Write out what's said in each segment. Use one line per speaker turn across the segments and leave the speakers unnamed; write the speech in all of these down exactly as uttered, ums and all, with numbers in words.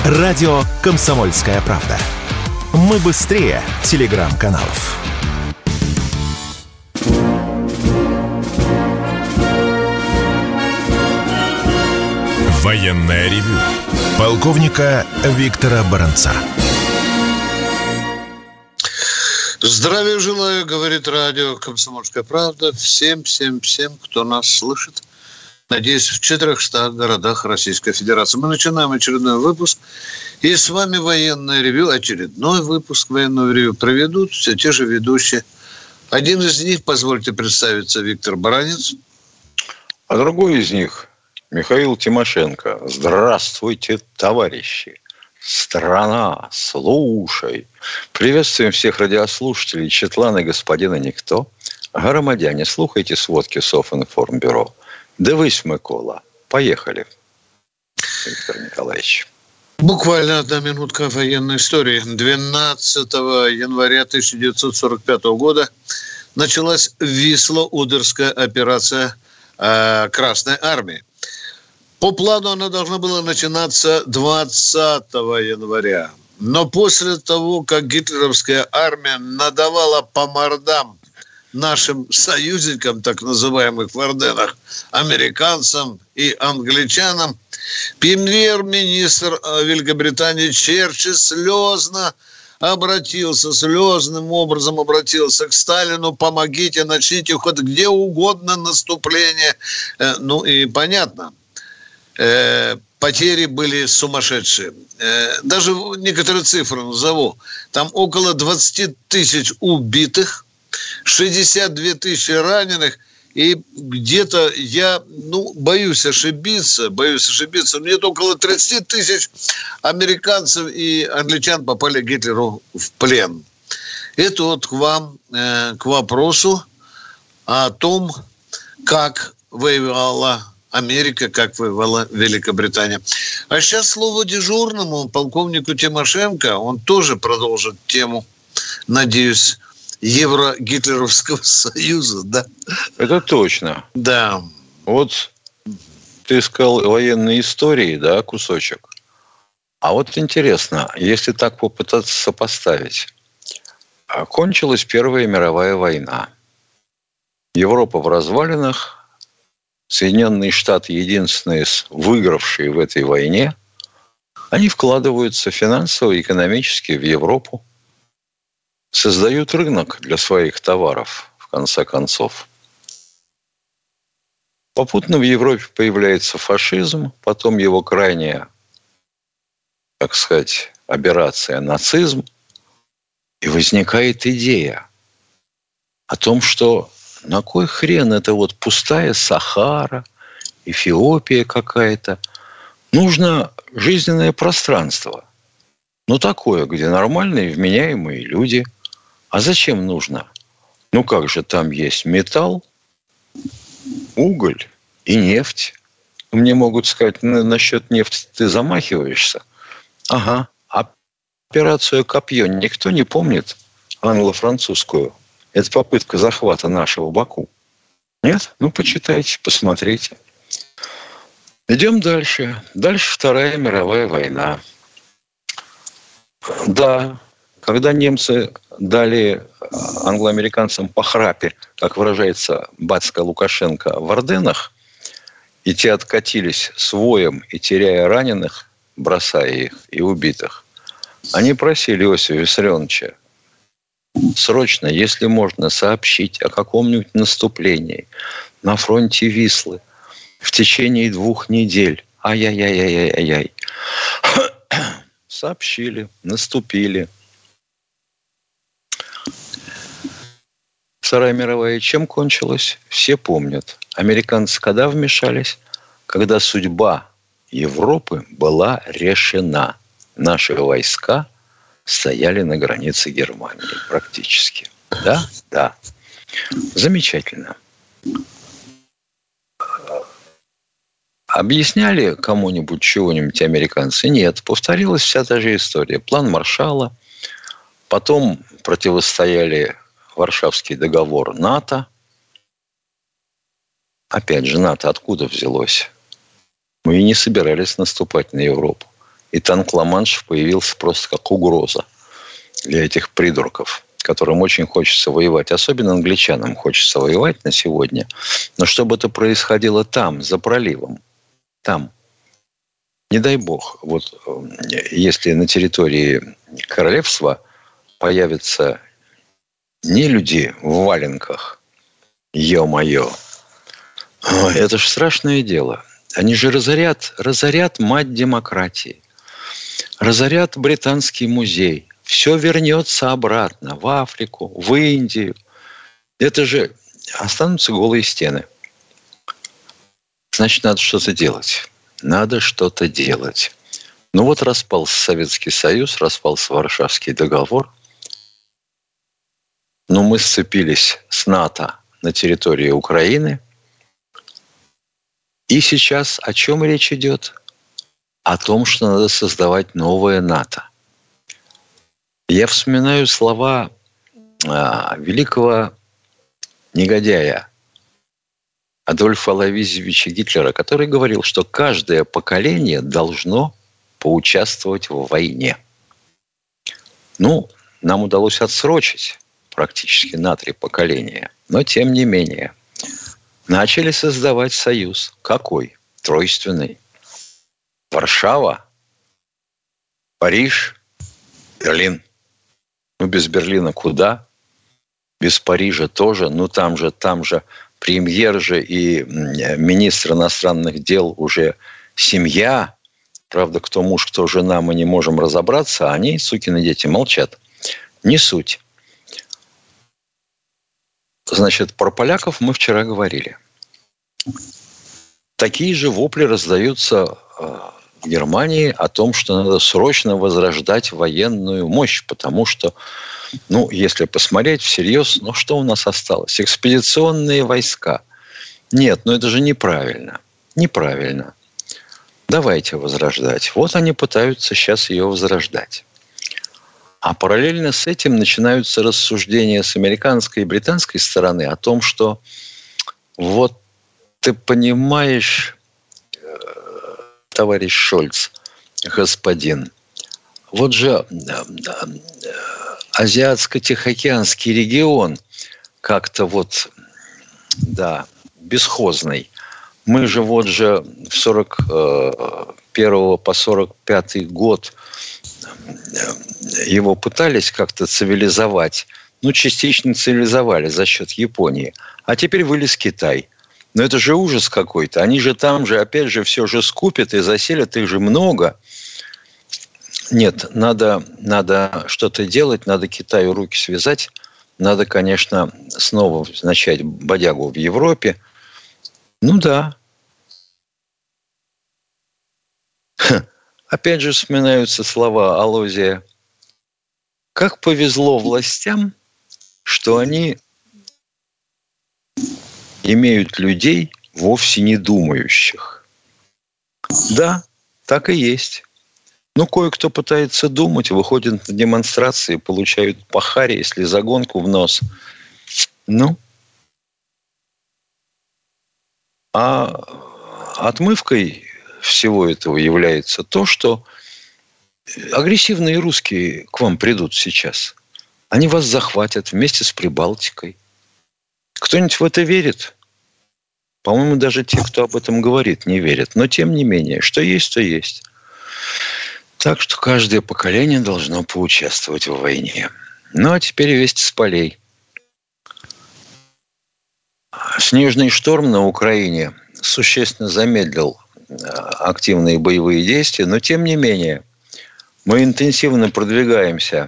Радио «Комсомольская правда». Мы быстрее телеграм-каналов. Военное ревю полковника Виктора Баранца.
Здравия желаю, говорит радио «Комсомольская правда» всем, всем, всем, кто нас слышит. Надеюсь, в четырехстах городах Российской Федерации. Мы начинаем очередной выпуск. И с вами военное ревю. Очередной выпуск военного ревю проведут все те же ведущие. Один из них, позвольте представиться, Виктор Баранец.
А другой из них Михаил Тимошенко. Здравствуйте, товарищи. Страна, слушай. Приветствуем всех радиослушателей Четлана господина Никто. Громадяне, слухайте сводки Софинформбюро. Дивись, Микола. Поехали, Виктор Николаевич.
Буквально одна минутка военной истории. двенадцатого января тысяча девятьсот сорок пятого года началась Висло-Одерская операция э, Красной Армии. По плану она должна была начинаться двадцатого января. Но после того, как гитлеровская армия надавала по мордам нашим союзникам, так называемых в Орденах, американцам и англичанам, премьер-министр Великобритании Черчилль слезно обратился, слезным образом обратился к Сталину: помогите, начните хоть где угодно наступление. Ну и понятно, потери были сумасшедшие. Даже некоторые цифры назову. Там около двадцать тысяч убитых, шестьдесят две тысячи раненых, и где-то я, ну, боюсь ошибиться, боюсь ошибиться, но где-то около тридцать тысяч американцев и англичан попали к Гитлеру в плен. Это вот к вам, э, к вопросу о том, как воевала Америка, как воевала Великобритания. А сейчас слово дежурному полковнику Тимошенко, он тоже продолжит тему, надеюсь, Евро-Гитлеровского союза, да?
Это точно.
Да.
Вот ты сказал военные истории, да, кусочек. А вот интересно, если так попытаться сопоставить. Кончилась Первая мировая война. Европа в развалинах. Соединенные Штаты, единственные выигравшие в этой войне, они вкладываются финансово и экономически в Европу. Создают рынок для своих товаров, в конце концов. Попутно в Европе появляется фашизм, потом его крайняя, так сказать, аберрация, нацизм. И возникает идея о том, что на кой хрен это вот пустая Сахара, Эфиопия какая-то. Нужно жизненное пространство. Ну, такое, где нормальные, вменяемые люди. А зачем нужно? Ну как же, там есть металл, уголь и нефть. Мне могут сказать, насчет нефти ты замахиваешься. Ага. Операцию «Копье» никто не помнит, англо-французскую. Это попытка захвата нашего Баку. Нет? Ну, почитайте, посмотрите. Идем дальше. Дальше Вторая мировая война. Да, когда немцы дали англоамериканцам по храпе, как выражается батька Лукашенко, в Орденах, и те откатились с воем и теряя раненых, бросая их и убитых, они просили Иосифа Виссарионовича: срочно, если можно, сообщить о каком-нибудь наступлении на фронте Вислы в течение двух недель. Ай-яй-яй-яй-яй-яй. Сообщили, наступили. Вторая мировая чем кончилась? Все помнят. Американцы когда вмешались? Когда судьба Европы была решена. Наши войска стояли на границе Германии практически. Да? Да. Замечательно. Объясняли кому-нибудь чего-нибудь американцы? Нет. Повторилась вся та же история. План Маршалла. Потом противостояли Варшавский договор НАТО. Опять же, НАТО откуда взялось? Мы и не собирались наступать на Европу. И танк Ла-Манш появился просто как угроза для этих придурков, которым очень хочется воевать. Особенно англичанам хочется воевать на сегодня. Но чтобы это происходило там, за проливом, там. Не дай бог, вот если на территории королевства появятся не люди в валенках, ё-моё, это ж страшное дело. Они же разорят, разорят мать демократии. Разорят Британский музей. Все вернется обратно в Африку, в Индию. Это же останутся голые стены. Значит, надо что-то делать. Надо что-то делать. Ну вот распался Советский Союз, распался Варшавский договор. Но мы сцепились с НАТО на территории Украины. И сейчас о чем речь идет? О том, что надо создавать новое НАТО. Я вспоминаю слова а, великого негодяя Адольфа Алавизовича Гитлера, который говорил, что каждое поколение должно поучаствовать в войне. Ну, нам удалось отсрочить практически на три поколения, но тем не менее начали создавать союз. Какой? Тройственный. Варшава, Париж, Берлин. Ну, без Берлина куда? Без Парижа тоже. Ну, там же, там же премьер же и министр иностранных дел уже семья. Правда, кто муж, кто жена, мы не можем разобраться. А они, сукины дети, молчат. Не суть. Значит, про поляков мы вчера говорили. Такие же вопли раздаются в Германии о том, что надо срочно возрождать военную мощь, потому что, ну, если посмотреть всерьез, ну, что у нас осталось? Экспедиционные войска. Нет, ну это же неправильно. Неправильно. Давайте возрождать. Вот они пытаются сейчас ее возрождать. А параллельно с этим начинаются рассуждения с американской и британской стороны о том, что вот ты понимаешь, товарищ Шольц, господин, вот же Азиатско-Тихоокеанский регион как-то вот, да, бесхозный. Мы же вот же в сорок первого по сорок пятый год его пытались как-то цивилизовать. Ну, частично цивилизовали за счет Японии. А теперь вылез Китай. Но это же ужас какой-то. Они же там же, опять же, все же скупят и заселят, их же много. Нет, надо, надо что-то делать, надо Китаю руки связать. Надо, конечно, снова начать бодягу в Европе. Ну да. Ха. Опять же вспоминаются слова Алозия. Как повезло властям, что они имеют людей, вовсе не думающих. Да, так и есть. Ну, кое-кто пытается думать, выходит на демонстрации, получают по харе, если загонку в нос. Ну. А отмывкой всего этого является то, что агрессивные русские к вам придут сейчас. Они вас захватят вместе с Прибалтикой. Кто-нибудь в это верит? По-моему, даже те, кто об этом говорит, не верят. Но тем не менее, что есть, то есть. Так что каждое поколение должно поучаствовать в войне. Ну, а теперь вести с полей. Снежный шторм на Украине существенно замедлил активные боевые действия, но тем не менее мы интенсивно продвигаемся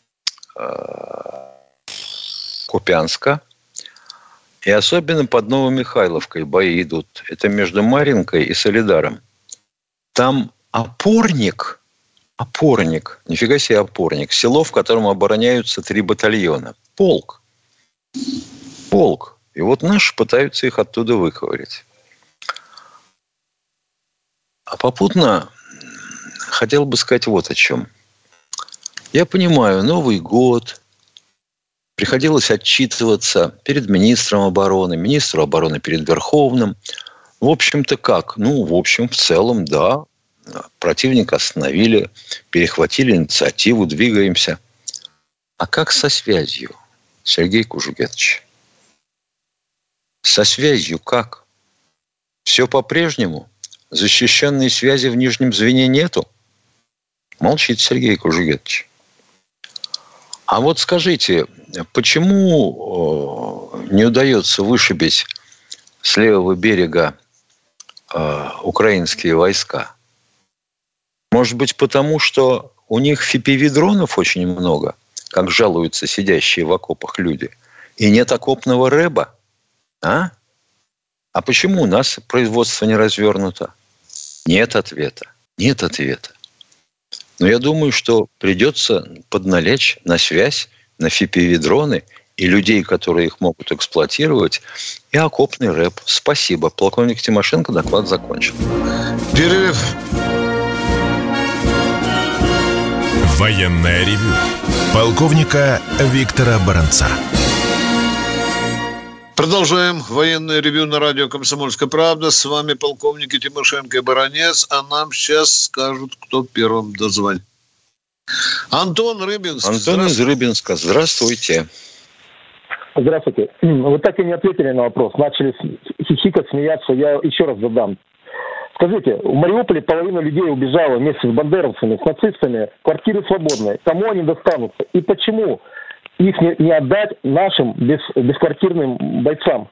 Купянска, и особенно под Новомихайловкой бои идут. Это между Марьинкой и Солидаром. Там опорник, опорник, нифига себе опорник, село, в котором обороняются три батальона. Полк. Полк. И вот наши пытаются их оттуда выковырять. А попутно хотел бы сказать вот о чем. Я понимаю, Новый год, приходилось отчитываться перед министром обороны, министру обороны перед Верховным. В общем-то как? Ну, в общем, в целом, да, противника остановили, перехватили инициативу, двигаемся. А как со связью, Сергей Кужугетович? Со связью как? Все по-прежнему? Защищенной связи в нижнем звене нету? Молчит Сергей Кужугетович. А вот скажите, почему не удается вышибить с левого берега э, украинские войска? Может быть, потому что у них эф пи ви-дронов очень много, как жалуются сидящие в окопах люди, и нет окопного рэба? А? А почему у нас производство не развернуто? Нет ответа. Нет ответа. Но я думаю, что придется подналечь на связь, на эф пи ви-дроны и людей, которые их могут эксплуатировать, и окопный рэп. Спасибо. Полковник Тимошенко, доклад закончен.
Перерыв.
Военное ревю полковника Виктора Баранца.
Продолжаем военное ревью на радио «Комсомольская правда». С вами полковники Тимошенко и Баранец. А нам сейчас скажут, кто первым дозвонит. Антон Рыбинск.
Антон из Рыбинска. Здравствуйте.
Здравствуйте. Вы так и не ответили на вопрос. Начали хихикать, смеяться. Я еще раз задам. Скажите, в Мариуполе половина людей убежала вместе с бандеровцами, с нацистами. Квартиры свободные. Кому они достанутся? И почему их не, не отдать нашим без, бесквартирным бойцам?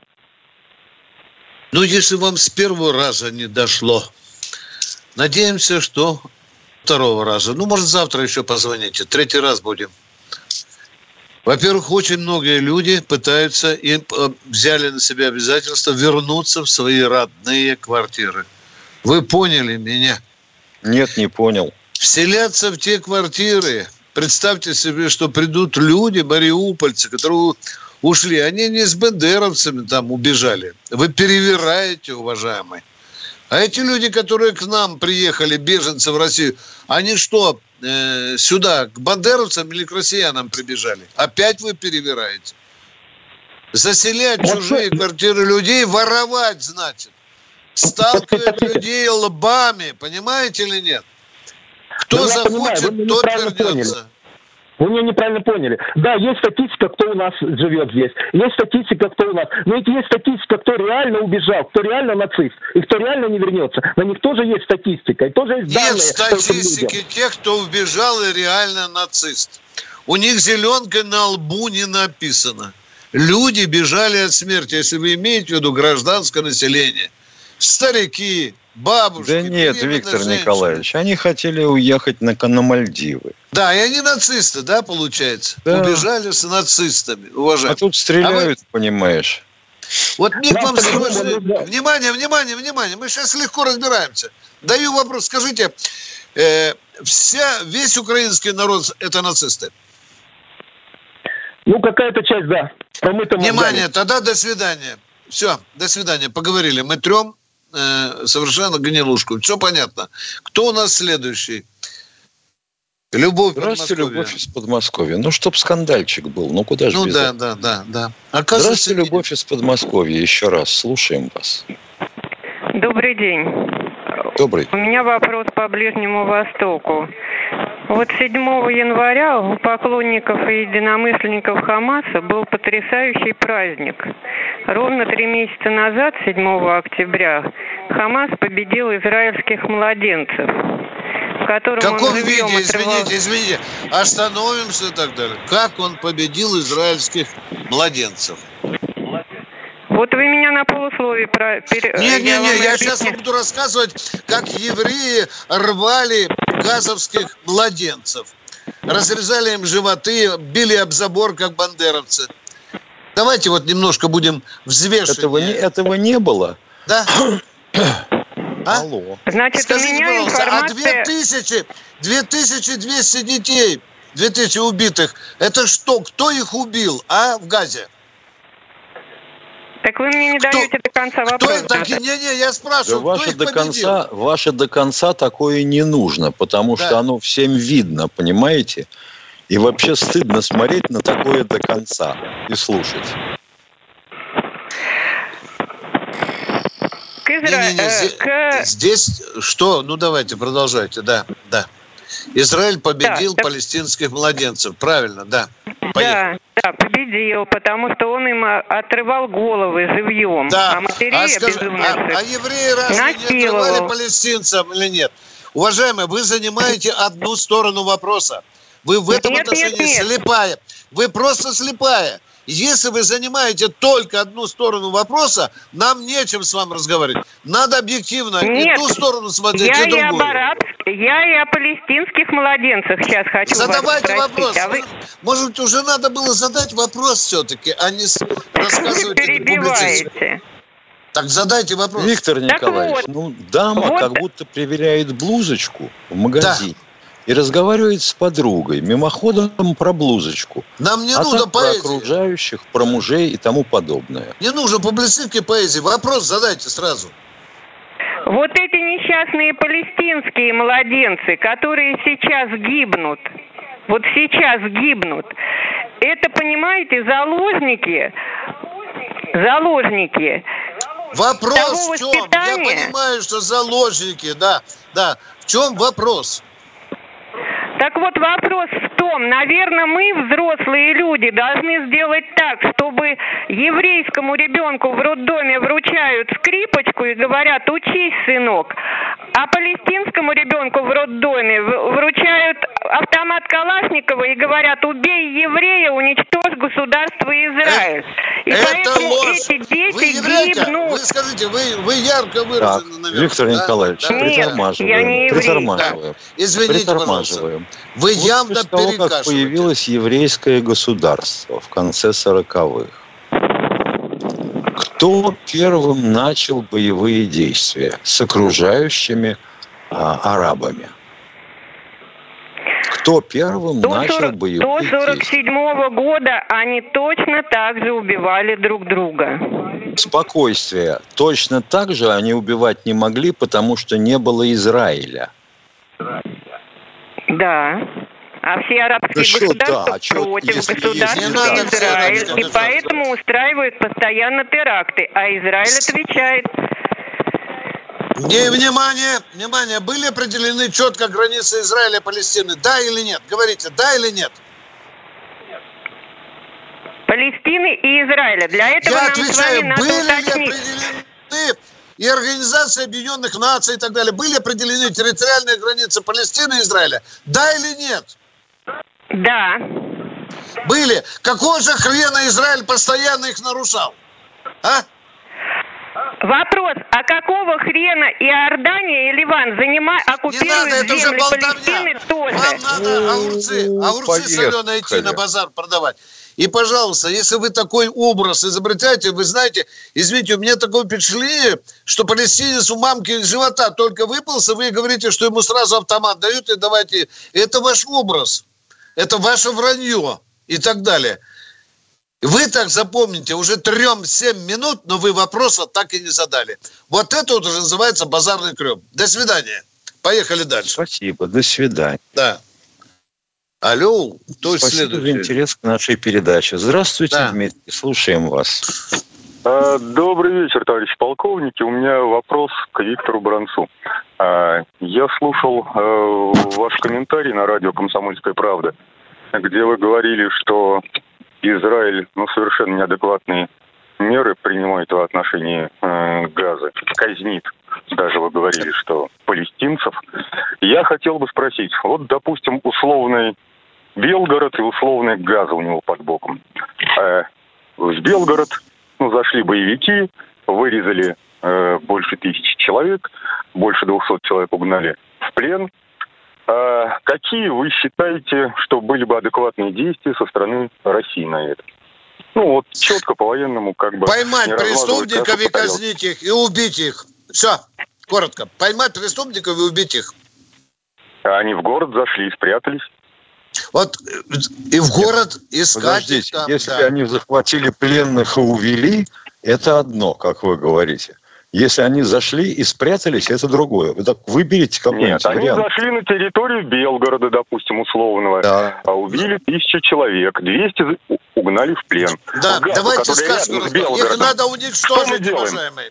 Ну, если вам с первого раза не дошло, надеемся, что второго раза. Ну, может, завтра еще позвоните. Третий раз будем. Во-первых, очень многие люди пытаются и взяли на себя обязательство вернуться в свои родные квартиры. Вы поняли меня?
Нет, не понял.
Вселяться в те квартиры. Представьте себе, что придут люди, мариупольцы, которые ушли. Они не с бандеровцами там убежали. Вы перевираете, уважаемые. А эти люди, которые к нам приехали, беженцы в Россию, они что, э, сюда к бандеровцам или к россиянам прибежали? Опять вы перевираете. Заселять вот чужие что? Квартиры людей, воровать, значит. Сталкивать людей лбами, понимаете или нет? Кто
ну,
захочет,
понимаю,
тот вернется.
Вы меня неправильно поняли. Да, есть статистика, кто у нас живет здесь. Есть статистика, кто у нас. Но ведь есть статистика, кто реально убежал, кто реально нацист, и кто реально не вернется. На них тоже есть статистика. И тоже есть данные.
Нет статистики тех, кто убежал и реально нацист. У них зеленкой на лбу не написано. Люди бежали от смерти, если вы имеете в виду гражданское население. Старики, бабушки.
Да нет, Виктор женщины. Николаевич, они хотели уехать на, на Мальдивы.
Да, и они нацисты, да, получается? Да. Убежали с нацистами, уважаемые.
А тут стреляют, а вы... понимаешь.
Вот мне к вам сегодня... Внимание, внимание, внимание. Мы сейчас легко разбираемся. Даю вопрос. Скажите, э, вся, весь украинский народ – это нацисты?
Ну, какая-то часть, да. Промытым
внимание, тогда до свидания. Все, до свидания. Поговорили. Мы трем э, совершенно гнилушку. Все понятно. Кто у нас следующий? Любовь
Здравствуйте, Любовь из Подмосковья. Ну, чтоб скандальчик был. Ну, куда же
ну,
без
да,
этого?
да, да, да.
Здравствуйте, Любовь из Подмосковья. Еще раз. Слушаем вас.
Добрый день.
Добрый.
У меня вопрос по Ближнему Востоку. Вот седьмого января у поклонников и единомышленников Хамаса был потрясающий праздник. Ровно три месяца назад, седьмого октября, Хамас победил израильских младенцев, в котором
в каком
он
виде,
отрывал...
извините, извините, остановимся и так далее. Как он победил израильских младенцев?
Вот вы меня на полусловие... Про...
Не-не-не, я, я сейчас вам буду рассказывать, как евреи рвали газовских младенцев. Разрезали им животы, били об забор, как бандеровцы. Давайте вот немножко будем взвешивать.
Этого не, этого не было?
Да. А?
Алло.
Значит,
скажите,
у меня
пожалуйста,
информация...
а две тысячи, две тысячи двести детей, две тысячи убитых, это что, кто их убил, а, в Газе?
Так вы мне не
кто,
даете до конца вопроса.
Кто это? Не-не, я спрашиваю,
да
кто
ваше
их
до
победил?
конца, ваше до конца такое не нужно, потому да. что оно всем видно, понимаете? И вообще стыдно смотреть на такое до конца и слушать.
К Израиля.
Не-не-не,
К...
Здесь что? Ну, давайте, продолжайте. Да, да. Израиль победил
да,
палестинских младенцев. Правильно, да.
Да, да, победил, потому что он им отрывал головы живьем.
Да.
А матерей
а, скажи, а, а евреи разве не отрывали палестинцам или нет? Уважаемые, вы занимаете одну сторону вопроса. Вы в этом
нет,
отношении
нет, нет.
слепая. Вы просто слепая. Если вы занимаете только одну сторону вопроса, нам нечем с вами разговаривать. Надо объективно
Нет,
и ту сторону смотреть,
я
и другую.
И об араб... Я и о палестинских младенцах сейчас хочу
Задавайте
вас спросить.
вопрос.
А вы...
Может, уже надо было задать вопрос все-таки, а не рассказывать.
Вы перебиваете.
Так задайте вопрос.
Виктор Николаевич, вот, ну дама вот. как будто проверяет блузочку в магазине. Да. И разговаривает с подругой мимоходом про блузочку.
Нам не
а
нужно
так
поэзии.
Про окружающих, про мужей и тому подобное.
Не нужно публицистской поэзии. Вопрос задайте сразу.
Вот эти несчастные палестинские младенцы, которые сейчас гибнут, вот сейчас гибнут, это, понимаете, заложники, заложники.
Вопрос в чем? Я понимаю, что заложники, да, да. В чем вопрос?
Так вот, вопрос в том, наверное, мы, взрослые люди, должны сделать так, чтобы еврейскому ребенку в роддоме вручают скрипочку и говорят: учись, сынок, а палестинскому ребенку в роддоме вручают автомат Калашникова и говорят: убей еврея, уничтожь государство Израиль. И
это
поэтому
ложь.
Эти дети
вы еврейка?
гибнут.
Вы скажите, вы, вы ярко выражены, наверное.
Виктор
да?
Николаевич,
да?
притормаживаем.
Нет, я не еврей.
Притормаживаем.
Да. Извините,
притормаживаем.
Вы
вот
явно
после того, как
перекашиваете.
появилось еврейское государство в конце сороковых, кто первым начал боевые действия с окружающими а, арабами? Кто первым
до
начал
сорок,
боевые действия?
До сорок седьмого года они точно так же убивали друг друга.
Спокойствие. Точно так же они убивать не могли, потому что не было Израиля.
Да. А все арабские
да
государства
что, да,
против
если,
государства
если
Израиль. И поэтому устраивают постоянно теракты. А Израиль отвечает.
Не, внимание, внимание. Были определены четко границы Израиля и Палестины? Да или нет? Говорите, да или нет?
Палестины и Израиля. Для этого
Я
нам
отвечаю,
с вами надо
были
уточнить.
ли определены и Организация Объединенных Наций и так далее, были определены территориальные границы Палестины и Израиля? Да или нет?
Да.
Были. Какого же хрена Израиль постоянно их нарушал? А?
Вопрос, а какого хрена Иордания и Ливан занимают, оккупируют
надо,
земли Палестины тоже?
Вам надо огурцы, огурцы соленые идти на базар продавать. И, пожалуйста, если вы такой образ изобретаете, вы знаете, извините, у меня такое впечатление, что палестинец у мамки из живота только выпался, вы говорите, что ему сразу автомат дают и давайте. Это ваш образ, это ваше вранье и так далее. Вы так запомните, уже трем-семь минут, но вы вопроса так и не задали. Вот это вот уже называется базарный крем. До свидания. Поехали дальше.
Спасибо, до свидания.
Да. Алло, кто
Спасибо
следующий?
за интерес к нашей передаче. Здравствуйте,
да.
Дмитрий, слушаем вас.
Добрый вечер, товарищи полковники. У меня вопрос к Виктору Баранцу. Я слушал ваш комментарий на радио «Комсомольская правда», где вы говорили, что Израиль, ну, совершенно неадекватные меры принимает в отношении э, Газа, казнит. Даже вы говорили, что палестинцев. Я хотел бы спросить, вот, допустим, условный Белгород и условный Газа у него под боком. Э, в Белгород, ну, зашли боевики, вырезали э, больше тысячи человек, больше двухсот человек угнали в плен. А какие вы считаете, что были бы адекватные действия со стороны России на это? Ну, вот четко по-военному как бы...
Поймать преступников и казнить их, и убить их. Все, коротко. Поймать преступников и убить их.
А они в город зашли и спрятались.
Вот и в город искать.
Подождите,
там,
если
да.
они захватили пленных и увели, это одно, как вы говорите. Если они зашли и спрятались, это другое. Вы так выберите какой-нибудь
Нет, они
вариант.
зашли на территорию Белгорода, допустим, условного, да. А убили тысячу человек, двести угнали в плен.
Да,
в Газу,
давайте сказку. Их надо уничтожить, уважаемые.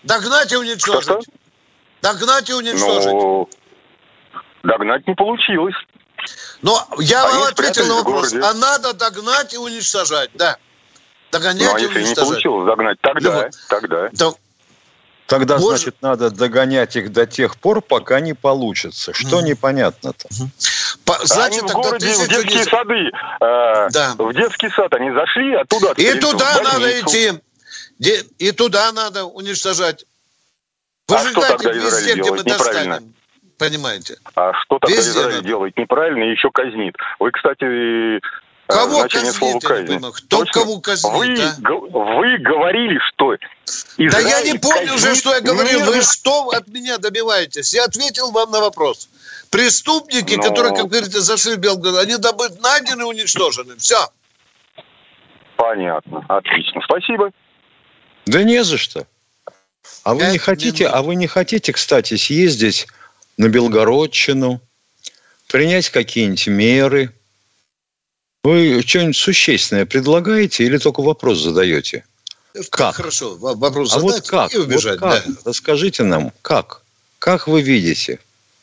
Догнать и уничтожить.
Что-что?
Догнать и уничтожить.
Но догнать не получилось.
Но я
Они
вам ответил на вопрос.
в городе.
А надо догнать и уничтожать, да. Догонять
Ну, а
и
если не
уничтожать.
получилось догнать, тогда,
Ну,
тогда.
Да,
Тогда,
Может-
значит, надо догонять их до тех пор, пока не получится. Что
Мгм.
непонятно-то?
по-
Они
значит,
в
тогда
городе в
действительно
детские
не-
сады. э,
Да.
В детский сад они зашли, оттуда
И
отстрелили
туда
в
надо
больницу.
идти. Де- И туда надо уничтожать.
А что
Выжигайте
тогда
везде,
Израиль
где мы
делает неправильно?
достанем. Понимаете?
А что тогда
Везде
Израиль
надо.
делает неправильно и еще казнит? Вы, кстати, э,
Кого
значение
казнит,
слова
я не
казнит.
понимаю. Кто
Точно?
кого казнит,
вы,
а?
г- вы говорили, что Израиль
Да я не помню уже,
казнит
что я говорил. Вы
мирных-
что от меня добиваетесь? Я ответил вам на вопрос. Преступники,
Ну-
которые, как говорите, зашли в Белгород, они добыты, найдены и уничтожены. Все.
Понятно, отлично. Спасибо.
Да не за что. А вы
Пять
не хотите,
минут.
а вы не хотите, кстати, съездить на Белгородчину, принять какие-нибудь меры? Вы что-нибудь существенное предлагаете или только вопрос задаете? Как?
Хорошо, в- вопрос
А вот
задать
как?
и убежать.
Вот как?
да.
Расскажите нам, как? Как вы видите?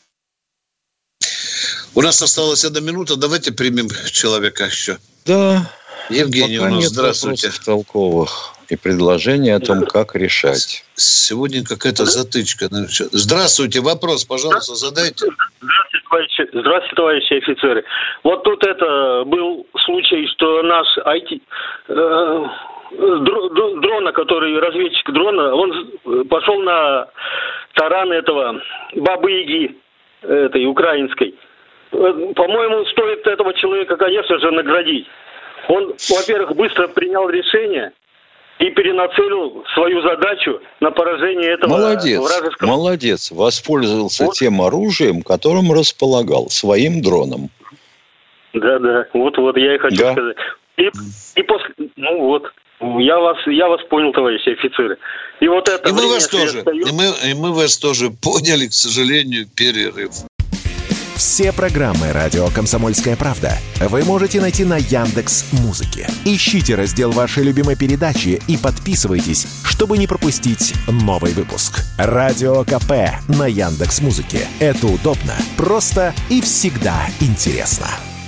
У нас осталась одна минута. Давайте примем человека еще.
Да,
Евгений
пока
у нас.
нет
Здравствуйте.
вопросов толковых и предложений о том, как решать.
Сегодня какая-то затычка. Здравствуйте. Вопрос, пожалуйста, задайте.
Здравствуйте, товарищи, здравствуйте, товарищи офицеры. Вот тут это был случай, что наш ай ти, э, дро- дрона, который разведчик дрона, он пошел на таран этого Бабы-Яги, этой украинской. Э, По-моему, стоит этого человека, конечно же, наградить. Он, во-первых, быстро принял решение и перенацелил свою задачу на поражение этого
Молодец,
вражеского...
молодец. Воспользовался
Вот.
тем оружием, которым располагал, своим дроном.
Да, да, вот, вот я и хочу
Да.
сказать. И, и после, ну вот, я вас, я вас понял, товарищи офицеры. И вот это
И мы
время,
вас
если
тоже.
остается-
И мы, и мы вас тоже поняли, к сожалению, перерыв.
Все программы «Радио Комсомольская правда» вы можете найти на Яндекс.Музыке. Ищите раздел вашей любимой передачи и подписывайтесь, чтобы не пропустить новый выпуск. Радио КП на Яндекс.Музыке. Это удобно, просто и всегда интересно.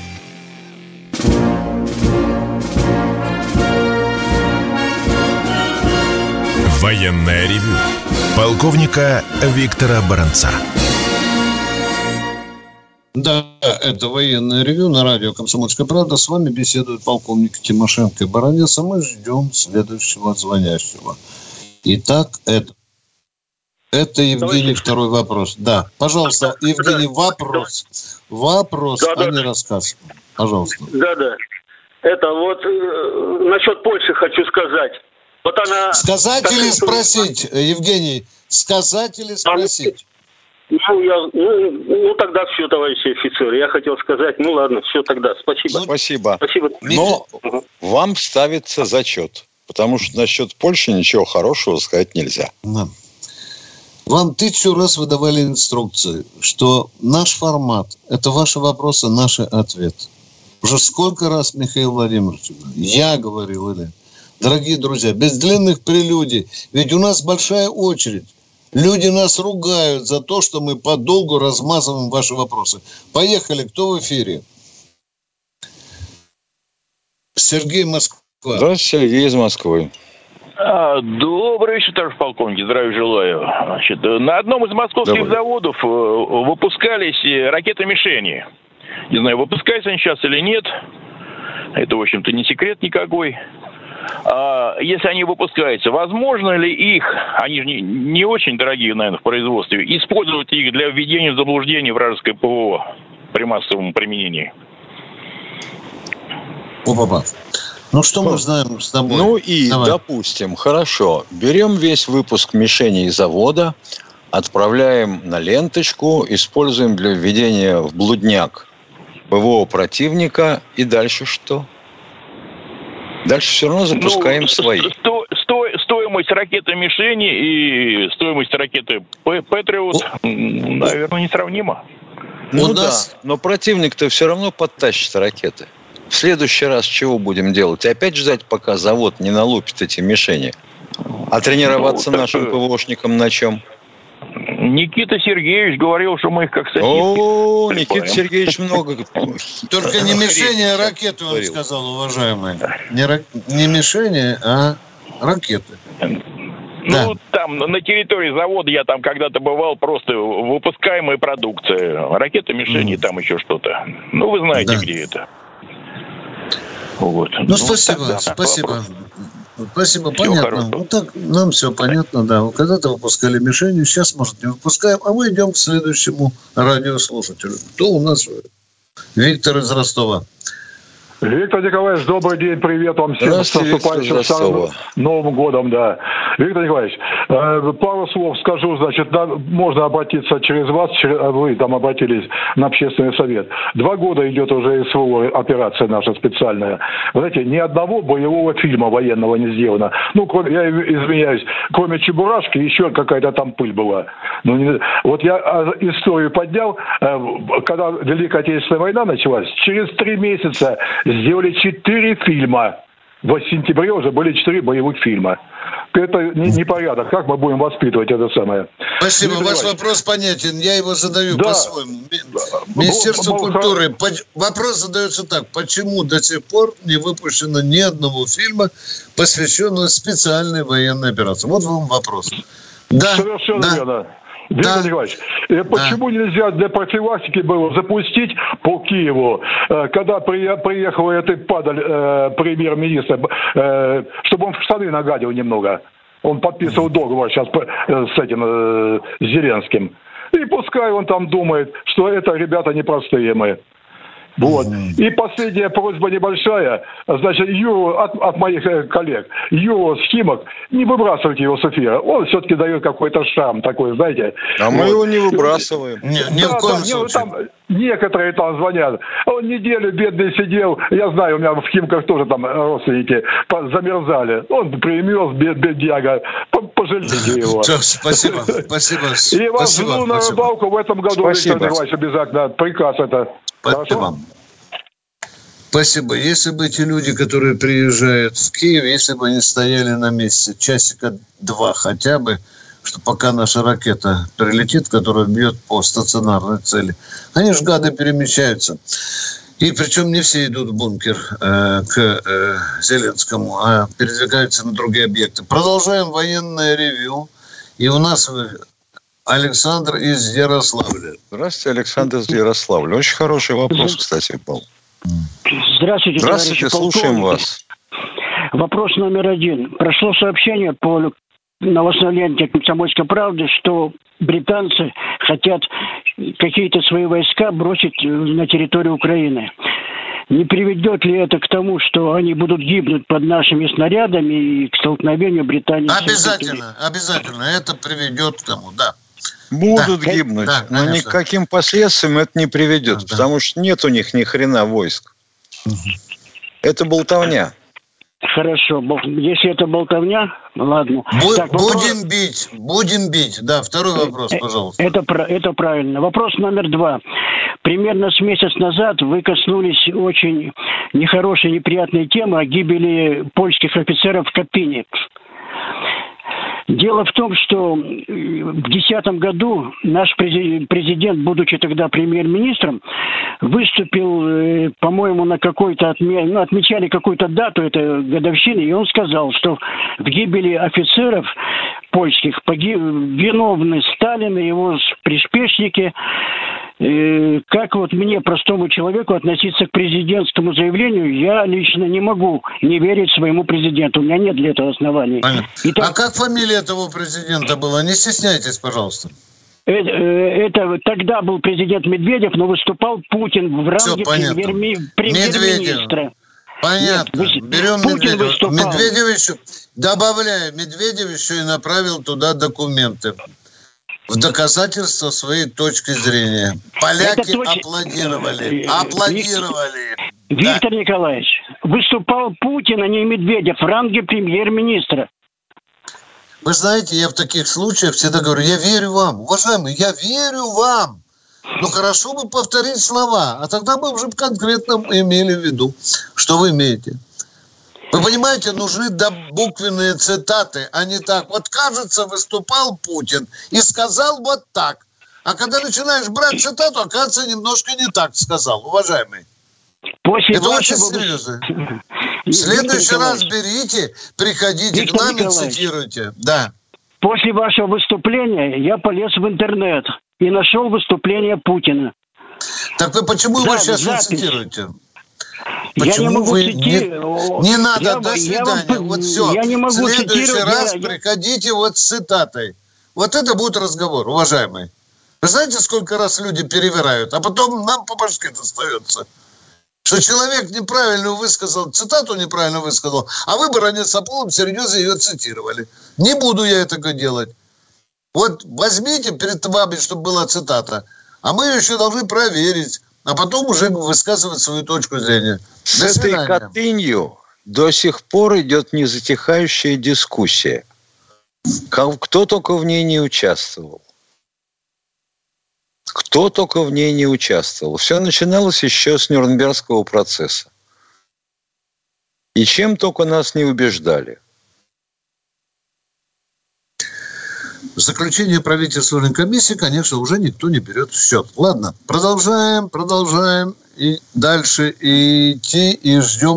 Военное ревю полковника Виктора Баранца.
Да, это военное ревю на радио «Комсомольская правда». С вами беседует полковник Тимошенко и Баранец, а мы ждем следующего звонящего. Итак, это, это Евгений,
Товарищ-
второй вопрос. Да, пожалуйста, Евгений, вопрос. Вопрос,
Да,
а
да.
не рассказ. Пожалуйста.
Да, да. Это вот э, насчет Польши хочу сказать. Вот она...
Сказать
так-
или спросить, Евгений? Сказать или спросить?
Ну, я, ну, ну, тогда все, товарищи офицеры. Я хотел сказать, ну ладно, все тогда. Спасибо.
Спасибо.
Спасибо.
Но вам ставится зачет, потому что насчет Польши ничего хорошего сказать нельзя.
Да. Вам тысячу раз выдавали инструкции, что наш формат – это ваши вопросы, наши ответы. Уже сколько раз, Михаил Владимирович, я говорил, или... Дорогие друзья, без длинных прелюдий, ведь у нас большая очередь. Люди нас ругают за то, что мы подолгу размазываем ваши вопросы. Поехали, кто в эфире? Сергей, Москва.
Да, Сергей из Москвы.
А, Добрый вечер, товарищ полковник. Здравия желаю. Значит, на одном из московских
Добрый.
заводов э, выпускались э, ракеты-мишени. Не знаю, выпускаются они сейчас или нет. Это, в общем-то, не секрет никакой. А если они выпускаются, возможно ли их, они же не, не очень дорогие, наверное, в производстве, использовать их для введения в заблуждение вражеское ПВО при массовом применении?
Опа-па. Ну, что мы знаем с тобой?
Ну и,
Давай.
допустим, хорошо, берем весь выпуск мишеней завода, отправляем на ленточку, используем для введения в блудняк ПВО противника, и дальше что? Дальше все равно запускаем
Ну,
свои.
Сто, сто, стоимость ракеты мишени и стоимость ракеты Патриот, наверное, несравнима.
Ну
У
да,
нас-
но противник-то все равно подтащит ракеты. В следующий раз чего будем делать? Опять ждать, пока завод не налупит эти мишени? А тренироваться ну, нашим ПВОшникам на чем?
Никита Сергеевич говорил, что мы их как сосиски.
О, Никита Сергеевич много...
Только не мишени, а ракеты, он сказал, уважаемые. Не, ра... не мишени, а ракеты.
Ну, да. Там на территории завода я там когда-то бывал, просто выпускаемая продукция. Ракеты, мишени, mm. там еще что-то. Ну, вы знаете, да. где это. Вот.
Ну, ну спасибо, тогда, спасибо. Вопрос. Спасибо, все понятно. Хорошо. Вот так нам все понятно, да. Когда-то выпускали мишени, сейчас, может, не выпускаем, а мы идем к следующему радиослушателю. Кто у нас? Виктор из Ростова.
Виктор Николаевич, добрый день, привет вам всем с наступающим старым Новым годом, да. Виктор Николаевич, э, пару слов скажу, значит, да, можно обратиться через вас, через, вы там обратились на общественный совет. Два года идет уже СВО, операция наша специальная. Вы знаете, ни одного боевого фильма военного не сделано. Ну, кроме, я извиняюсь, кроме Чебурашки, еще какая-то там пыль была. Ну, не, вот я историю поднял, э, когда Великая Отечественная война началась, через три месяца сделали четыре фильма. В сентябре уже были четыре боевых фильма. Это непорядок. Как мы будем воспитывать это самое?
Спасибо. Ваш Иванович. Вопрос понятен. Я его задаю да. по-своему. Министерство Бог, культуры. Бог... Вопрос задается так. Почему до сих пор не выпущено ни одного фильма, посвященного специальной военной операции? Вот вам вопрос. Да.
Совершенно
да.
верно. Виктор да. Николаевич, почему да. нельзя для профилактики было запустить по Киеву, когда приехал этот падаль э, премьер-министр, э, чтобы он в штаны нагадил немного. Он подписывал договор сейчас с этим э, Зеленским. И пускай он там думает, что это ребята непростые мы. Вот. И последняя просьба небольшая. Значит, Юру от, от моих коллег. Юру Схимок, не выбрасывайте его с эфира. Он все-таки дает какой-то шрам такой, знаете.
А вот. Мы его не выбрасываем.
Не, ни да, в коем да, случае.
Там, некоторые там звонят. Он неделю бедный сидел. Я знаю, у меня в Химках тоже там родственники замерзали. Он примерз, бед, бедняга. Пожалейте его.
Спасибо. Спасибо.
И вас жду на рыбалку в этом году, Виктор Николаевич, обязательно. Приказ это.
Спасибо. Спасибо. Если бы эти люди, которые приезжают в Киев, если бы они стояли на месте часика два хотя бы, что пока наша ракета прилетит, которая бьет по стационарной цели, они же, гады, перемещаются. И причем не все идут в бункер э, к э, Зеленскому, а передвигаются на другие объекты. Продолжаем военное ревью. И у нас... Александр из Ярославля.
Здравствуйте, Александр из Ярославля. Очень хороший вопрос, кстати, был.
Здравствуйте,
Здравствуйте, слушаем вас.
Вопрос номер один. Прошло сообщение по новостной ленте «Комсомольской правды», что британцы хотят какие-то свои войска бросить на территорию Украины. Не приведет ли это к тому, что они будут гибнуть под нашими снарядами и к столкновению Британии?
Обязательно, обязательно. Это приведет к тому, да.
Будут да, гибнуть, да, но ни к каким последствиям это не приведет, да, потому да. что нет у них ни хрена войск. Угу. Это болтовня.
Хорошо, если это болтовня, ладно.
Бу-
так,
будем
вопрос...
бить, будем бить. Да, второй вопрос, пожалуйста.
Это, это правильно. Вопрос номер два. Примерно с месяц назад вы коснулись очень нехорошей, неприятной темы о гибели польских офицеров в Капине. Дело в том, что в две тысячи десятом году наш президент, будучи тогда премьер-министром, выступил, по-моему, на какой-то отме... ну, отмечали какую-то дату этой годовщины, и он сказал, что в гибели офицеров польских погиб... виновны Сталин и его приспешники. Как вот мне, простому человеку, относиться к президентскому заявлению, я лично не могу не верить своему президенту. У меня нет для этого оснований.
Итак, а как фамилия этого президента была? Не стесняйтесь, пожалуйста.
Это, это тогда был президент Медведев, но выступал Путин в ранге премьер-ми... премьер-министра.
Понятно. Нет, берем Медведева. Медведев еще, добавляю, Медведев еще и направил туда документы. В доказательство своей точки зрения. Поляки точ... аплодировали. Аплодировали.
Виктор да. Николаевич, выступал Путин, а не Медведев в ранге премьер-министра.
Вы знаете, я в таких случаях всегда говорю, я верю вам. Уважаемые, я верю вам. Ну, хорошо бы повторить слова. А тогда мы уже конкретно имели в виду, что вы имеете. Вы понимаете, нужны буквенные цитаты, а не так. Вот, кажется, выступал Путин и сказал вот так. А когда начинаешь брать цитату, оказывается, немножко не так сказал, уважаемый. После Это очень серьезно. В следующий раз берите, приходите Виктор к нам и цитируйте. Да.
После вашего выступления я полез в интернет и нашел выступление Путина.
Так вы почему
да,
его сейчас
запись.
не цитируете?
Почему я не могу
вы
цитировать?
Не, не надо, я, до свидания.
Я вам,
вот все.
Я не могу
в следующий раз
я...
приходите вот с цитатой. Вот это будет разговор, уважаемый. Вы знаете, сколько раз люди перевирают, а потом нам по башке достается. Что человек неправильно высказал, цитату неправильно высказал, а вы, баронец Саполов, серьезно ее цитировали. Не буду я этого делать. Вот возьмите перед вами, чтобы была цитата, а мы еще должны проверить, а потом уже высказывать свою точку зрения.
С этой Катынью до сих пор идет незатихающая дискуссия. Кто только в ней не участвовал. Кто только в ней не участвовал. Все начиналось еще с Нюрнбергского процесса. И чем только нас не убеждали.
Заключение правительственной комиссии, конечно, уже никто не берет в счет. Ладно, продолжаем, продолжаем и дальше идти и ждем.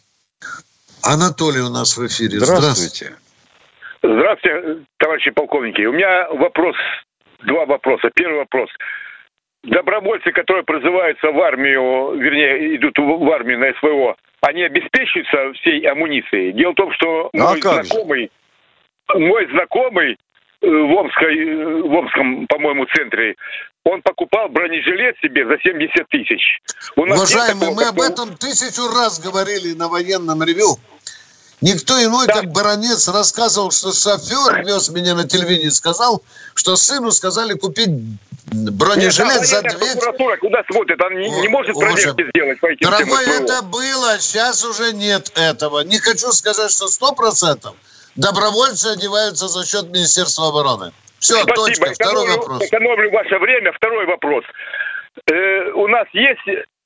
Анатолий у нас в эфире.
Здравствуйте.
Здравствуйте, товарищи полковники. У меня вопрос, два вопроса. Первый вопрос. Добровольцы, которые призываются в армию, вернее, идут в армию на СВО, они обеспечиваются всей амуницией? Дело в том, что
ну,
мой
а
знакомый, мой знакомый в Омской, в Омском, по-моему, центре, он покупал бронежилет себе за семьдесят тысяч.
Уважаемый, мы об этом тысячу раз говорили на военном ревю. Никто иной, да. как баронец, рассказывал, что шофер вез меня на телевидении, сказал, что сыну сказали купить бронежилет
Нет,
за две...
прокуратура куда смотрит? Она не, не может проверки сделать по этим
Дорогой, это было, сейчас уже нет этого. Не хочу сказать, что сто процентов добровольцы одеваются за счет Министерства обороны. Все,
Спасибо.
точка. Второй
экономлю,
вопрос.
Экономлю ваше время. Второй вопрос. Э, у нас есть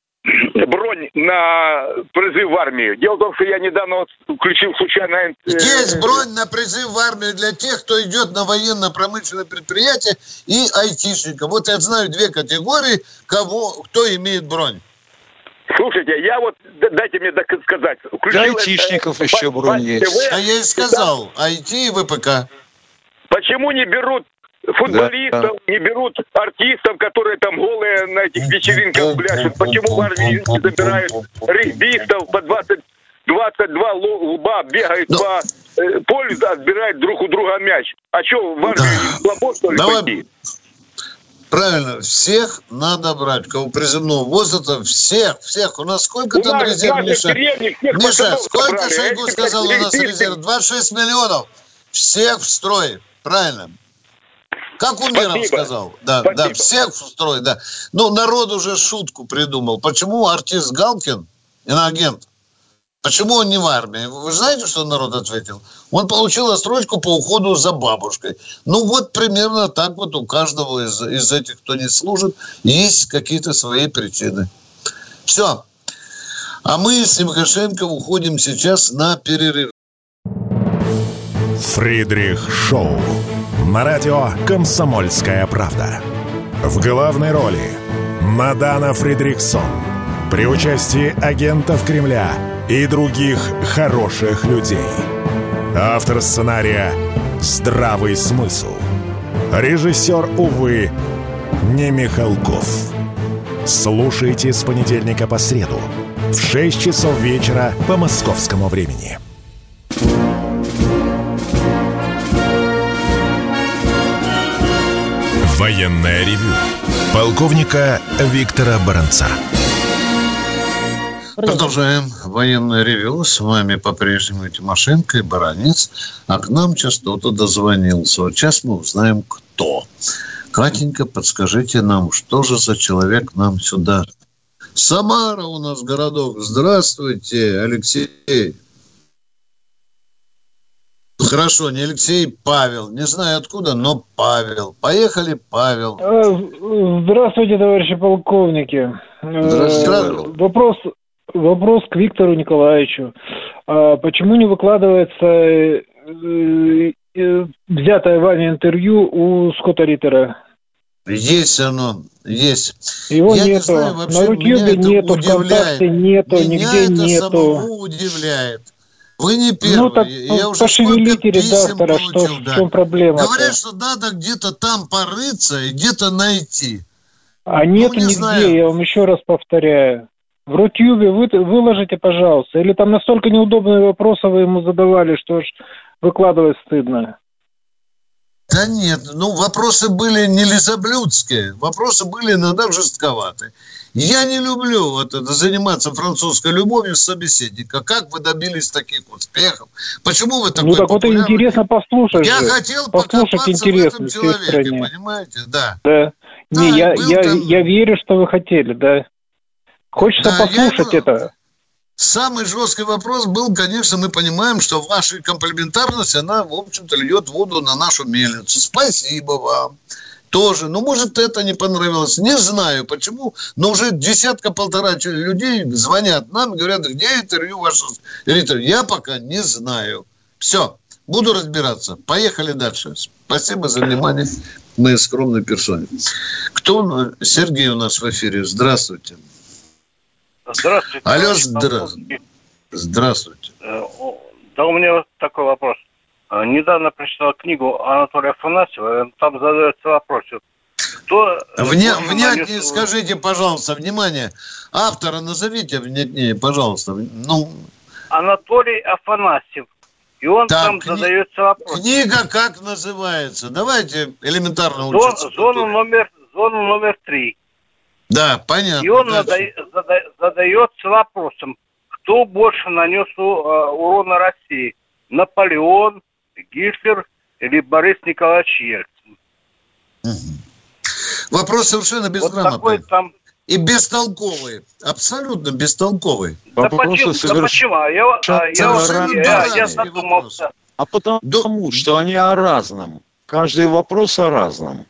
бронь на призыв в армию? Дело в том, что я недавно включил случайно... Э,
есть бронь на призыв в армию для тех, кто идет на военно-промышленное предприятие и айтишников. Вот я знаю две категории, кого, кто имеет бронь.
Слушайте, я вот, дайте мне сказать.
Для айтишников это, еще бронь есть.
А я и сказал, ай ти и вэ пэ ка.
Почему не берут футболистов, да. не берут артистов, которые там голые на этих вечеринках пляшут? Почему в армии не забирают регбистов по двадцать, двадцать два лба, бегают Но... по э, полю, да, отбирают друг у друга мяч? А что, в армии да. слабо, что ли,
Давай...
пойти?
Правильно, всех надо брать, кого призывного возраста, всех, всех. У нас сколько у там нас, резерв, Миша? Миша, сколько Шойгу сказал у нас резерв? двадцать шесть миллионов. Всех в строй, правильно. Как Умеров сказал. Да, да, всех в строй, да. Ну, народ уже шутку придумал. Почему артист Галкин, иноагент, почему он не в армии? Вы знаете, что народ ответил? Он получил отсрочку по уходу за бабушкой. Ну, вот примерно так вот у каждого из, из этих, кто не служит, есть какие-то свои причины. Все. А мы с Лукашенко уходим сейчас на перерыв.
Фридрих Шоу. На радио «Комсомольская правда». В главной роли Мадана Фридриксон. При участии агентов Кремля и других хороших людей. Автор сценария «Здравый смысл». Режиссер, увы, не Михалков. Слушайте с понедельника по среду в шесть часов вечера по московскому времени. Военное ревю полковника Виктора Баранца.
Продолжаем военное ревю. С вами по-прежнему Тимошенко и Баранец. А к нам сейчас кто-то дозвонился. Вот сейчас мы узнаем, кто. Катенька, подскажите нам, что же за человек нам сюда? Самара у нас городок. Здравствуйте, Алексей. Хорошо, не Алексей, Павел. Не знаю откуда, но Павел. Поехали, Павел.
Здравствуйте, товарищи полковники.
Здравствуйте, Павел.
Вопрос, вопрос к Виктору Николаевичу. А почему не выкладывается э, э, взятое вами интервью у Скотта Риттера?
Есть оно, есть.
Его
Я
нету.
не знаю, вообще,
на Рутюбе нету,
удивляет.
ВКонтакте нету,
Меня
нигде
это
нету.
самого удивляет. Вы не первый.
Ну так
Я
ну,
уже
пошевелите редактора,
получил,
что
да.
в чем проблема?
Говорят, что надо где-то там порыться и где-то найти.
А нет
ну, не
нигде,
знаю.
я вам еще раз повторяю. В Рутюбе вы, выложите, пожалуйста. Или там настолько неудобные вопросы вы ему задавали, что ж выкладывать стыдно.
Да нет, ну вопросы были не лизоблюдские, вопросы были иногда жестковатые. Я не люблю вот это, заниматься французской любовью с собеседника. Как вы добились таких успехов? Почему вы такой
Ну так вот и
популярный?
интересно послушать.
Я
же.
хотел
послушать
покопаться в этом человеке, понимаете? Да.
Да.
Да,
не, я, я,
там...
я верю, что вы хотели, да. Хочется
да,
послушать
я...
это.
Самый жесткий вопрос был, конечно, мы понимаем, что ваша комплементарность, она, в общем-то, льет воду на нашу мельницу. Спасибо вам. Тоже. Ну, может, это не понравилось. Не знаю, почему, но уже десятка-полтора людей звонят нам и говорят, где интервью ваше? Я пока не знаю. Все, буду разбираться. Поехали дальше. Спасибо за внимание моей скромной персоне. Кто? Сергей у нас в эфире. Здравствуйте.
Здравствуйте.
Алло, здравствуйте. Здравствуйте.
Да у меня вот такой вопрос. Недавно прочитал книгу Анатолия Афанасьева, там задается вопрос. Кто...
Вня... Внятнее нанес... скажите, пожалуйста, внимание, автора назовите внятнее, пожалуйста. Ну...
Анатолий Афанасьев. И он так, там кни... задается вопрос.
Книга как называется? Давайте элементарно
Зон,
учиться.
Зона номер, зона номер три.
Да, понятно.
И он нада... зада... задается вопросом, кто больше нанес у... урона России? Наполеон, Гитлер или Борис Николаевич Ельцин?
Угу. Вопрос совершенно безграмотный. Вот там... И бестолковый. Абсолютно бестолковый.
Да почему? Соверш... Да почему? Я, я, я, я, я задумался.
А потому да. что они о разном. Каждый вопрос о разном.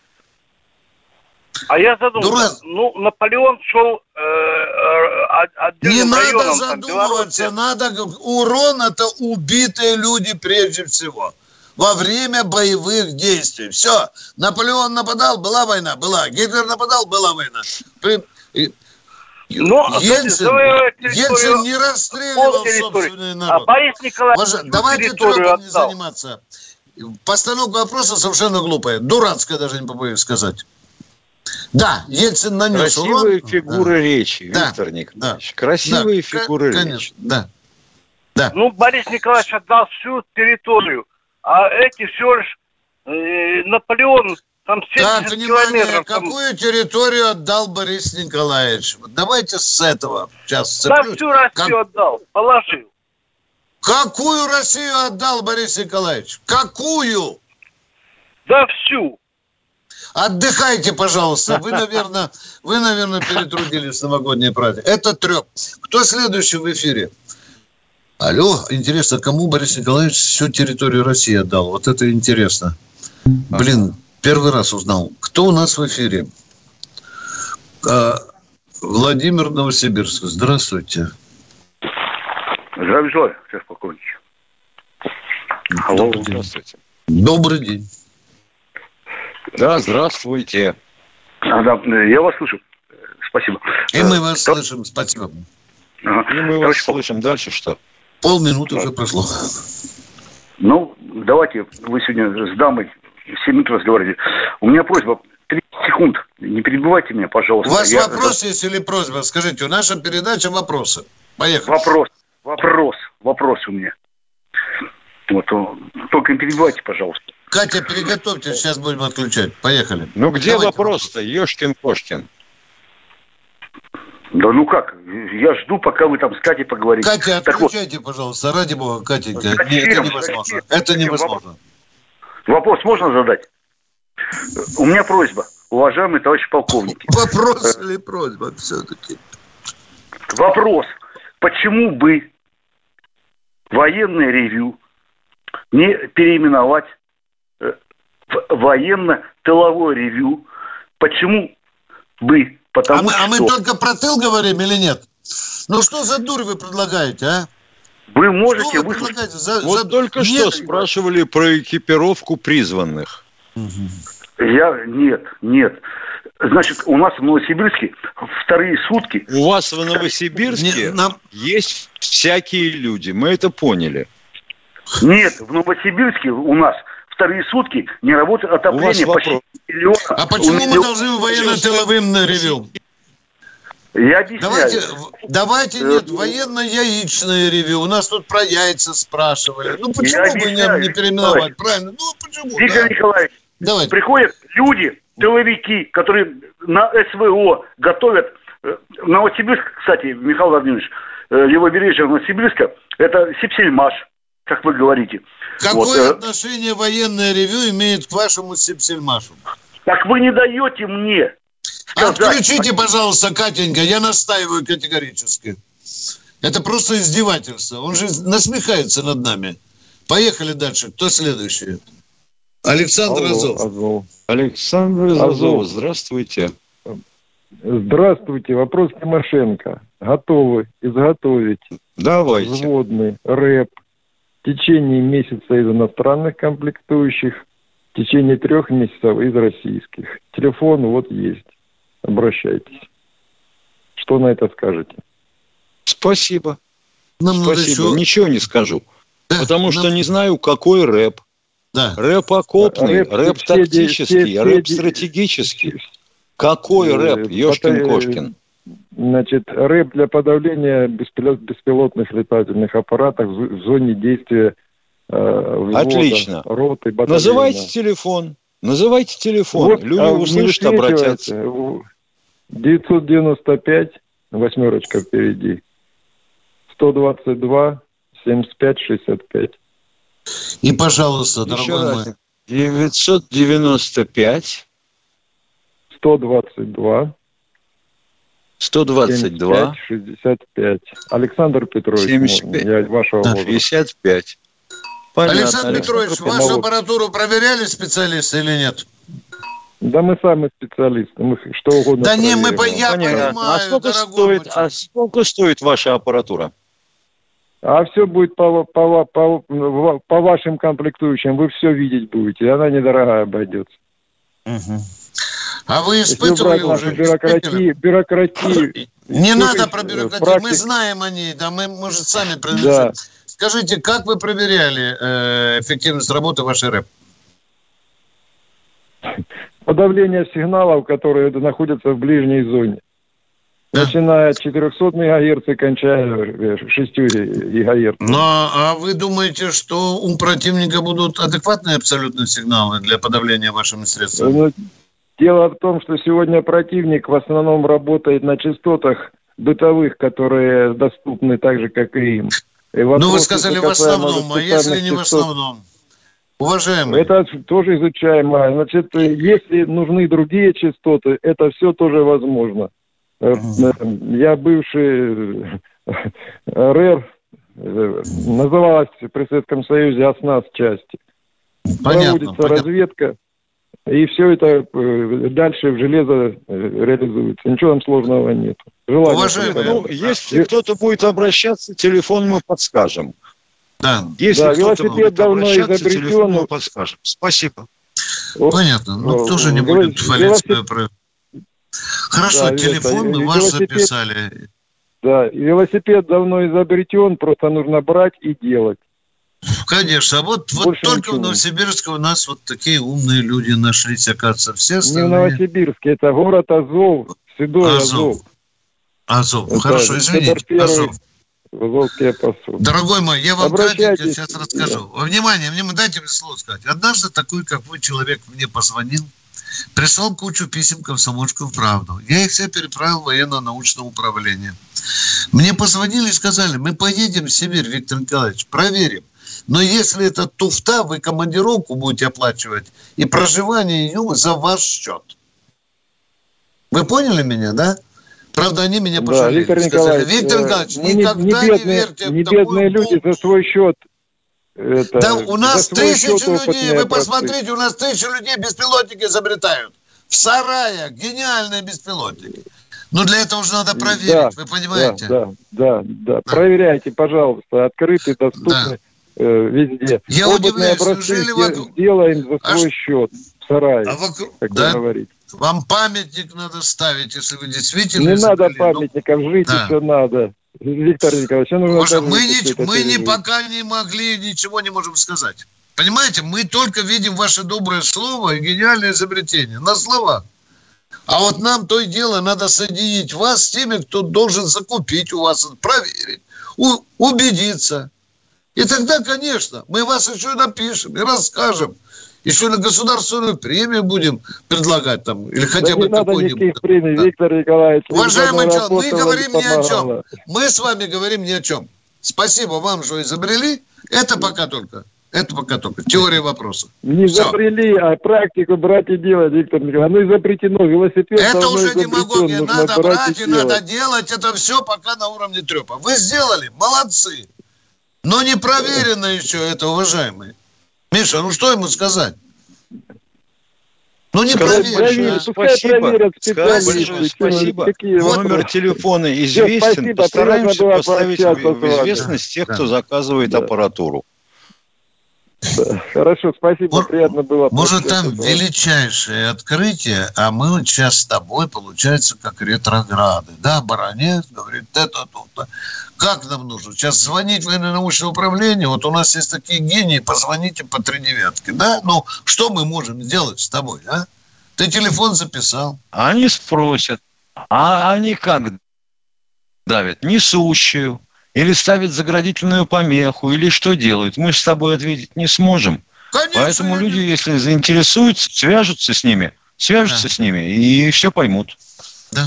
А я задумался. Дурак. Ну, Наполеон шел э, отдельным
Не
районом.
Не надо задумываться. Там, надо... Урон – это убитые люди прежде всего. Во время боевых действий. Все. Наполеон нападал, была война, была. Гитлер нападал, была война. При...
Но,
Ельцин, Ельцин не расстреливал собственный народ.
А Борис Николаевич
Вож... Давайте трепом не заниматься. Постановка вопроса совершенно глупая. Дурацкая даже, не побоюсь сказать. Да, Ельцин нанес
Красивые
урон.
фигуры да. речи,
да.
Виктор Николаевич.
Да.
Красивые
да.
фигуры
Конечно.
речи.
Да. Да.
Ну, Борис Николаевич отдал всю территорию. А эти всего лишь э, Наполеон... Там
так, внимание, какую территорию отдал Борис Николаевич? Давайте с этого сейчас
сцеплюсь. Да, всю Россию как... отдал, положил.
Какую Россию отдал Борис Николаевич? Какую?
Да всю.
Отдыхайте, пожалуйста. Вы, наверное, вы, наверное, перетрудились в новогодние праздники. Это треп. Кто следующий в эфире? Алло, интересно, кому Борис Николаевич всю территорию России отдал? Вот это интересно. Блин, первый раз узнал. Кто у нас в эфире? А, Владимир Новосибирск. Здравствуйте.
Здравия желаю, шеф полковник.
Алло, здравствуйте. Добрый день.
Да, здравствуйте.
А, да, я вас слышу. Спасибо.
И мы вас да. слышим. Спасибо.
Ага. И мы вас Товарищ слышим. Дальше что?
Полминуты да. уже прошло.
Ну, давайте, вы сегодня с дамой семь минут разговаривали. У меня просьба, тридцать секунд, не перебивайте меня, пожалуйста.
У вас
я...
вопрос есть или просьба? Скажите, наша передача вопросы. Поехали.
Вопрос, вопрос, вопрос у меня. Вот, только не перебивайте, пожалуйста.
Катя, приготовьтесь, сейчас будем отключать. Поехали.
Ну, где Давайте вопрос-то, Ёшкин-Кошкин?
Да ну как, я жду, пока вы там с Катей поговорите.
Катя, отключайте, вот. пожалуйста, ради бога, Катенька. Нет, это невозможно. Это невозможно.
Вопрос можно задать? У меня просьба, уважаемые товарищи полковники.
Вопрос или просьба все-таки?
Вопрос. Почему бы военное ревью не переименовать в военно-тыловое ревью? Почему бы? Потому
а, мы,
что...
а мы только про тыл говорим или нет? Ну что за дурь вы предлагаете, а?
Вы можете...
Что вы предлагаете? За,
вот
за...
только
Нет.
что спрашивали про экипировку призванных.
Я... Нет, нет. Значит, у нас в Новосибирске вторые сутки...
У вас в Новосибирске
Нет, нам...
есть всякие люди, мы это поняли.
Нет, в Новосибирске у нас вторые сутки не работает отопление почти миллиона.
А почему мы должны военно-тыловым на ревю?
Я объясняю.
Давайте, давайте нет, военно-яичное ревю. У нас тут про яйца спрашивали. Ну почему бы не, не переименовать? Правильно? Ну почему?
Виктор
да.
Николаевич,
давайте.
Приходят люди, тыловики, которые на СВО готовят. Новосибирск, кстати, Михаил Владимирович, левобережье Новосибирска, это Сипсельмаш, как вы говорите.
Какое
вот.
отношение военное ревю имеет к вашему Сипсельмашу?
Так вы не даете мне сказать.
Отключите, пожалуйста, Катенька, я настаиваю категорически. Это просто издевательство. Он же насмехается над нами. Поехали дальше. Кто следующий? Александр
Алло,
Азов.
Азов.
Александр из
Азов.
Азова, здравствуйте.
Здравствуйте. Вопрос Тимошенко. Готовы изготовить
Давайте.
взводный рэп в течение месяца из иностранных комплектующих, в течение трех месяцев из российских. Телефон вот есть. Обращайтесь. Что на это скажете?
Спасибо.
Нам
Спасибо.
еще...
Ничего не скажу. Да, потому нам... что не знаю, какой рэп.
Да.
Рэп окопный,
рэп,
рэп
все,
тактический,
все,
рэп
все,
стратегический. Какой рэп, Ёшкин-Кошкин?
Значит, рэп для подавления беспилотных летательных аппаратов в зоне действия э, взвода,
отлично.
Роты, батальона.
Называйте телефон. Называйте телефон.
Вот,
люди
а
услышат, обратятся.
девятьсот девяносто пять, восьмерочка впереди, сто двадцать два, семьдесят пять, шестьдесят пять.
И, пожалуйста,
еще
дорогой
раз.
мой.
девятьсот девяносто пять.
сто двадцать два.
сто двадцать два.
шестьдесят пять. Александр Петрович,
семьдесят пять.
Я вашего возраста.
шестьдесят пять. Понятно.
Александр, Александр Петрович, Петрович, вашу аппаратуру проверяли специалисты или нет?
Да мы сами специалисты, мы что угодно
Да
проверим.
не, мы, я
Понятно.
понимаю,
а сколько стоит, а сколько стоит ваша аппаратура?
А все будет по, по, по, по, по вашим комплектующим, вы все видеть будете, она недорогая обойдется.
Угу. А вы испытывали уже?
Бюрократии, бюрократии.
Не надо про бюрократию, практик... мы знаем о ней, да, мы, может, сами произнесем. Да. Скажите, как вы проверяли э, эффективность работы вашей рэп?
Подавление сигналов, которые находятся в ближней зоне. Да. Начиная от четырехсот мегагерц и кончая шестью гигагерц.
Но а вы думаете, что у противника будут адекватные абсолютно сигналы для подавления вашими средствами?
Ну, дело в том, что сегодня противник в основном работает на частотах бытовых, которые доступны так же, как и им. И
ну, вы сказали в основном, а если не частот, в основном? Уважаемые.
Это тоже изучаемо. Значит, если нужны другие частоты, это все тоже возможно. Uh-huh. Я бывший РЭР, называлась при Советском Союзе ОСНАС части.
Понятно,
Проводится
понятно.
разведка, и все это дальше в железо реализуется. Ничего там сложного нет.
Желание Уважаемые, ну, если кто-то будет обращаться, телефон мы подскажем.
Да.
Если
да,
кто-то будет
давно
обращаться, телефон мы подскажем. Спасибо.
Понятно. Ну, тоже не будем хвалить свое право. Хорошо, да, телефон мы ваш записали.
Да, велосипед давно изобретен, просто нужно брать и делать.
Конечно, а вот, вот только в Новосибирске у нас вот такие умные люди нашлись, оказывается, все остальные...
Не в Новосибирске, это город Азов, Седой Азов.
Азов, Азов. Хорошо, извините, Азов. Дорогой мой, я вам кратенько сейчас расскажу. Да. Внимание, внимание, дайте мне слово сказать. Однажды такой, как вы, человек мне позвонил, прислал кучу писем «Комсомольскую правду». Я их все переправил в военно-научное управление. Мне позвонили и сказали, мы поедем в Сибирь, Виктор Николаевич, проверим. Но если это туфта, вы командировку будете оплачивать и проживание ее за ваш счет. Вы поняли меня, да? Правда, они меня пожалели.
Да, Виктор
сказали,
Николаевич,
Виктор Николаевич,
мы
никогда
не, бедные,
не верьте
не
в такую
бедные люди за свой счет. Это,
да, у нас тысячи людей, вы
простые.
посмотрите, у нас тысячи людей беспилотники изобретают. В сараях гениальные беспилотники. Ну, для этого же надо проверить, да, вы понимаете?
Да, да, да, да. да. Проверяйте, пожалуйста, открытый, доступный да. э, везде.
Я
Опытные
удивляюсь,
образцы
вокруг...
делаем за свой а счет в сарае,
а вокруг...
как
да?
вы говорите.
Вам памятник надо ставить, если вы действительно...
Не
изобрели.
надо памятников, жить да. еще надо. Виктор Николаевич, нужно
Может, мы, не, мы не пока не могли, ничего не можем сказать. Понимаете, мы только видим ваше доброе слово и гениальное изобретение. На словах. А вот нам то и дело надо соединить вас с теми, кто должен закупить у вас, проверить, у, убедиться. И тогда, конечно, мы вас еще напишем и расскажем. Еще на государственную премию будем предлагать там, или хотя
да
бы какой-нибудь.
Премий, да. Виктор Николаевич.
Уважаемый Джон, мы говорим ни о чем. Мы с вами говорим ни о чем. Спасибо вам, что изобрели. Это пока только. Это пока только теория вопроса.
Не
Все.
изобрели, а практику брать и делать, Виктор Николаевич. Оно изобретено, велосипед.
Это уже демагогия. Надо брать и,
и
надо делать. Это все пока на уровне трепа. Вы сделали, молодцы. Но не проверено еще это, уважаемые. Миша, ну что ему сказать? Ну не проверено.
Спасибо. Скажи, спасибо. Вот номер телефона известен. Спасибо. Постараемся поставить в известность тех, да. кто заказывает да. аппаратуру.
Да. Хорошо, спасибо, Мор, приятно было.
Может, там величайшее открытие, а мы сейчас с тобой, получается, как ретрограды. Да, баронет говорит, это тут. Как нам нужно? Сейчас звонить в военно-научное управление, вот у нас есть такие гении, позвоните по три девятки, да? Ну, что мы можем сделать с тобой, а? Ты телефон записал.
Они спросят, а они как давят? Несущую. Или ставят заградительную помеху, или что делают. Мы же с тобой ответить не сможем. Конечно, поэтому люди, если заинтересуются, свяжутся с ними, свяжутся да. с ними и все поймут.
Да.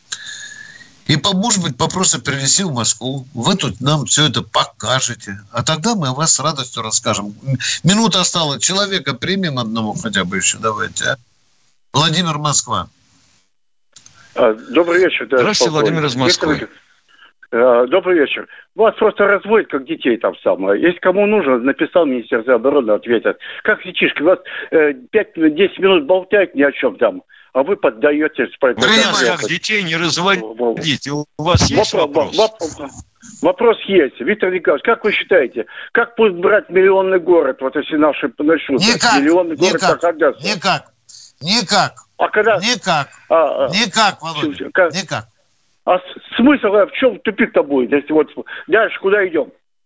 И, может быть, попросят перенести в Москву. Вы тут нам все это покажете. А тогда мы о вас с радостью расскажем. Минута осталась. Человека примем одного хотя бы еще. Давайте. А? Владимир, Москва.
А, добрый вечер. Да,
Здравствуйте, Владимир из Москвы.
Добрый вечер. Вас просто разводят, как детей там самое. Если кому нужно, написал Министерство обороны, ответят. Как детишки, вас э, пять-десять минут болтают ни о чем там, а вы поддаетесь.
Как детей не разводите? У вас есть вопрос?
Вопрос, вопрос есть. Виктор Николаевич, как вы считаете, как будет брать миллионный город, вот если наши начнут?
Никак,
миллионный город
никак,
как
никак, никак,
а когда...
никак,
а,
никак, Володя,
как...
никак.
А смысл в чем тупик-то будет, если вот дальше куда идем?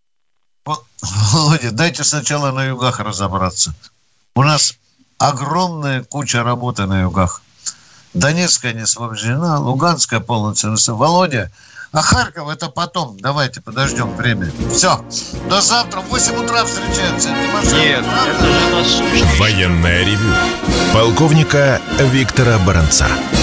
Володя, дайте сначала на югах разобраться. У нас огромная куча работы на югах. Донецкая не освобождена, Луганская полностью. Володя, а Харьков это потом. Давайте подождем время. Все. До завтра в восемь утра встречаемся.
Нет, это же насущно.
Военное ревю полковника Виктора Баранца.